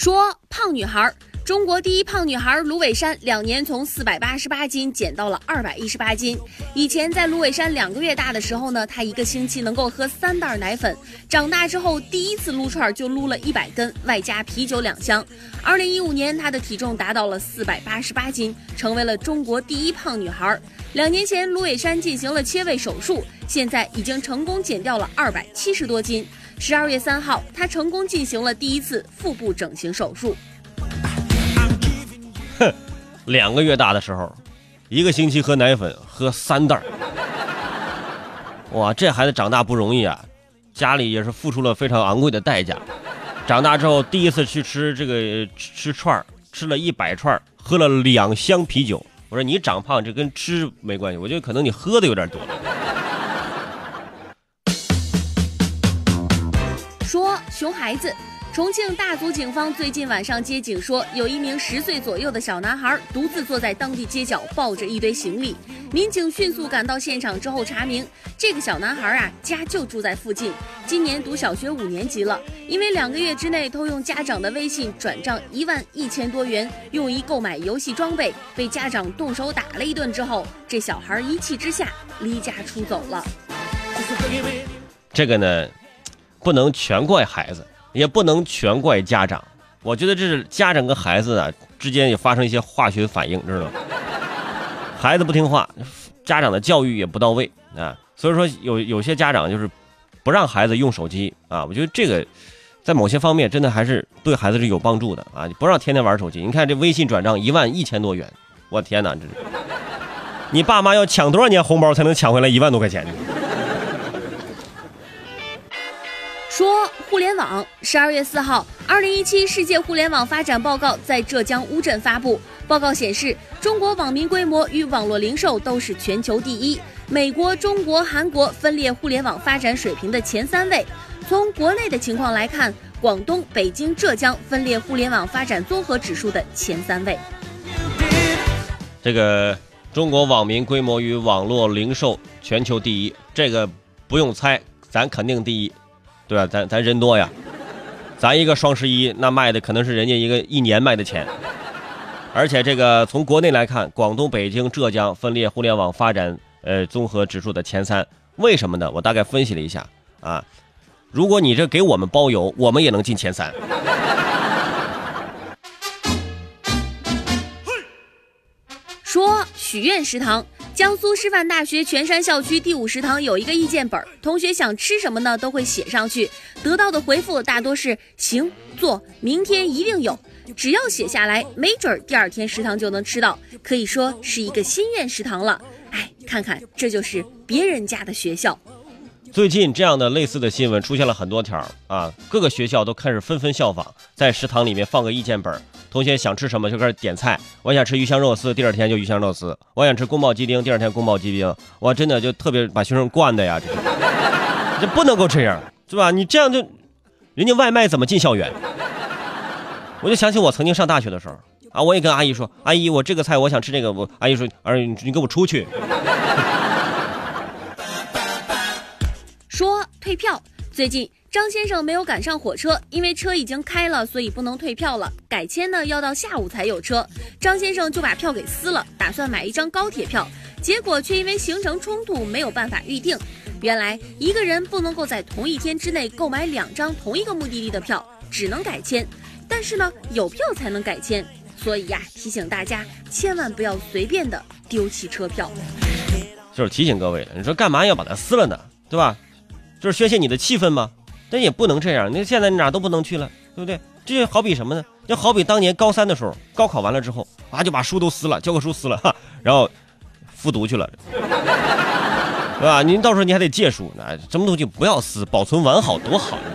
说胖女孩，中国第一胖女孩芦苇珊2年从488斤减到了218斤。以前在芦苇珊2个月大的时候呢，她1个星期能够喝3袋奶粉。长大之后第一次撸串就撸了100根，外加啤酒2箱。2015年她的体重达到了488斤，成为了中国第一胖女孩。2年前芦苇珊进行了切胃手术，现在已经成功减掉了270多斤。12月3号，她成功进行了第一次腹部整形手术。 2个月大的时候，1个星期喝奶粉喝3袋，哇，这孩子长大不容易啊，家里也是付出了非常昂贵的代价。长大之后第一次去吃串，吃了100串，喝了2箱啤酒。我说你长胖这跟吃没关系，我觉得可能你喝的有点多。 说熊孩子，重庆大足警方最近晚上接警说，有一名10岁左右的小男孩独自坐在当地街角，抱着一堆行李。民警迅速赶到现场之后查明，这个小男孩家就住在附近，今年读小学5年级了。因为2个月之内偷用家长的微信转账11000多元，用以购买游戏装备，被家长动手打了一顿之后，这小孩一气之下离家出走了。 这个呢，不能全怪孩子，也不能全怪家长，我觉得这是家长跟孩子之间也发生一些化学反应，知道吗？孩子不听话，家长的教育也不到位啊，所以说有些家长就是不让孩子用手机啊，我觉得这个在某些方面真的还是对孩子是有帮助的啊，你不让天天玩手机。你看这微信转账11000多元，我天哪，这你爸妈要抢多少年红包才能抢回来1万多块钱？ 说互联网，12月4号，2017世界互联网发展报告在浙江乌镇发布。报告显示，中国网民规模与网络零售都是全球第一，美国、中国、韩国分列互联网发展水平的前3位。从国内的情况来看，广东、北京、浙江分列互联网发展综合指数的前3位。 这个中国网民规模与网络零售全球第一，这个不用猜，咱肯定第一。对吧？咱人多呀，咱一个双11那卖的可能是人家一年卖的钱。而且这个从国内来看，广东、北京、浙江分列互联网发展综合指数的前3。为什么呢？我大概分析了一下啊，如果你这给我们包邮，我们也能进前3。 说许愿食堂，江苏师范大学泉山校区第5食堂有一个意见本，同学想吃什么呢都会写上去，得到的回复大多是行、做、明天一定有。只要写下来，没准第2天食堂就能吃到，可以说是一个心愿食堂了。哎，看看这就是别人家的学校。 最近这样的类似的新闻出现了很多条啊，各个学校都开始纷纷效仿，在食堂里面放个意见本，同学想吃什么就开始点菜。我想吃鱼香肉丝，第2天就鱼香肉丝；我想吃宫保鸡丁，第2天宫保鸡丁。哇，真的就特别把学生惯的呀，这不能够这样，是吧？你这样就，人家外卖怎么进校园？我就想起我曾经上大学的时候啊，我也跟阿姨说，阿姨，我这个菜我想吃这个，阿姨说，儿你给我出去。 说退票，最近张先生没有赶上火车，因为车已经开了，所以不能退票了。改签呢要到下午才有车，张先生就把票给撕了，打算买一张高铁票，结果却因为行程冲突没有办法预定。原来一个人不能够在同一天之内购买2张同一个目的地的票，只能改签，但是呢有票才能改签，所以提醒大家千万不要随便的丢弃车票。 就是提醒各位了，你说干嘛要把它撕了呢？对吧？就是宣泄你的气氛吗？但也不能这样，那现在哪都不能去了，对不对？这就好比什么呢？就好比当年高3的时候，高考完了之后就把书都撕了，教科书撕了，然后复读去了，对吧？您到时候你还得借书，什么东西不要撕，保存完好多好。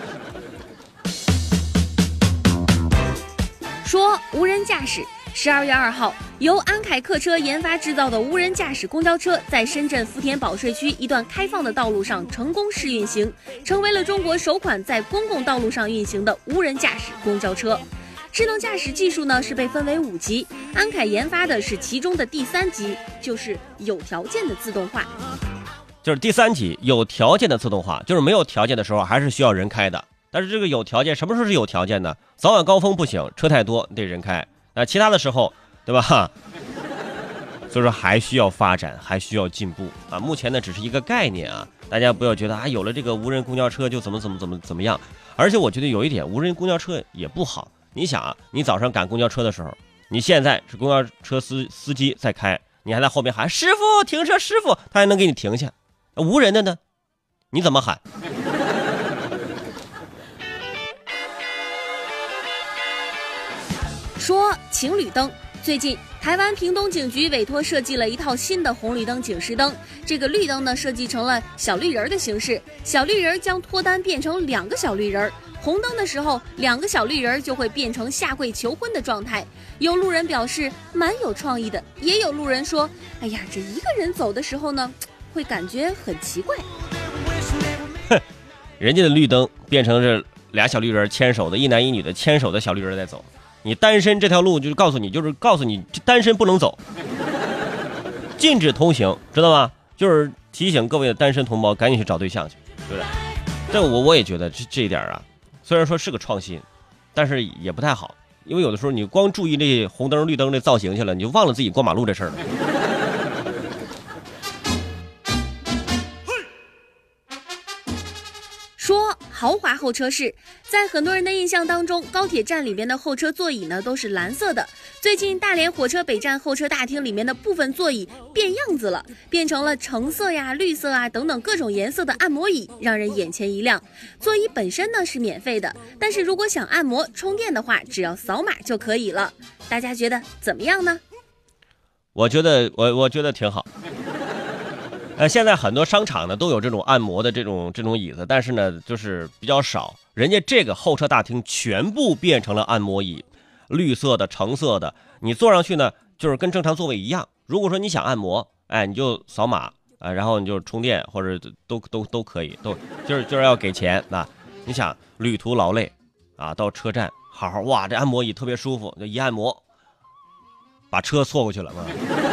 说无人驾驶，12月2号，由安凯客车研发制造的无人驾驶公交车在深圳福田保税区一段开放的道路上成功试运行，成为了中国首款在公共道路上运行的无人驾驶公交车。智能驾驶技术呢是被分为5级，安凯研发的是其中的第3级，就是有条件的自动化。 就是第3级有条件的自动化，就是没有条件的时候还是需要人开的。 但是这个有条件，什么时候是有条件呢？早晚高峰不行，车太多得人开。那其他的时候，对吧？所以说还需要发展，还需要进步啊。目前呢只是一个概念啊，大家不要觉得啊有了这个无人公交车就怎么样。而且我觉得有一点，无人公交车也不好。你想啊，你早上赶公交车的时候，你现在是公交车司机在开，你还在后面喊师傅停车，师傅，他还能给你停下。无人的呢，你怎么喊？ 说情侣灯，最近台湾屏东警局委托设计了一套新的红绿灯警示灯。这个绿灯呢，设计成了小绿人的形式，小绿人将脱单变成2个小绿人。红灯的时候，2个小绿人就会变成下跪求婚的状态。有路人表示蛮有创意的，也有路人说，哎呀，这一个人走的时候呢，会感觉很奇怪。 哼，人家的绿灯变成这俩小绿人牵手的，一男一女的牵手的小绿人在走。你单身这条路就是告诉你单身不能走，禁止通行，知道吗？就是提醒各位的单身同胞赶紧去找对象去，对不对？这我也觉得这一点啊，虽然说是个创新，但是也不太好，因为有的时候你光注意这红灯绿灯的造型去了，你就忘了自己过马路这事儿了。 说豪华候车室，在很多人的印象当中，高铁站里面的候车座椅呢都是蓝色的。最近大连火车北站候车大厅里面的部分座椅变样子了，变成了橙色呀、绿色啊等等各种颜色的按摩椅，让人眼前一亮。座椅本身呢是免费的，但是如果想按摩充电的话，只要扫码就可以了。大家觉得怎么样呢？ 我觉得挺好。现在很多商场呢都有这种按摩的这种椅子，但是呢就是比较少。人家这个候车大厅全部变成了按摩椅，绿色的、橙色的，你坐上去呢就是跟正常座位一样。如果说你想按摩，哎，你就扫码啊，然后你就充电或者都可以，就是要给钱啊。你想旅途劳累啊，到车站好好哇，这按摩椅特别舒服，就一按摩，把车错过去了嘛。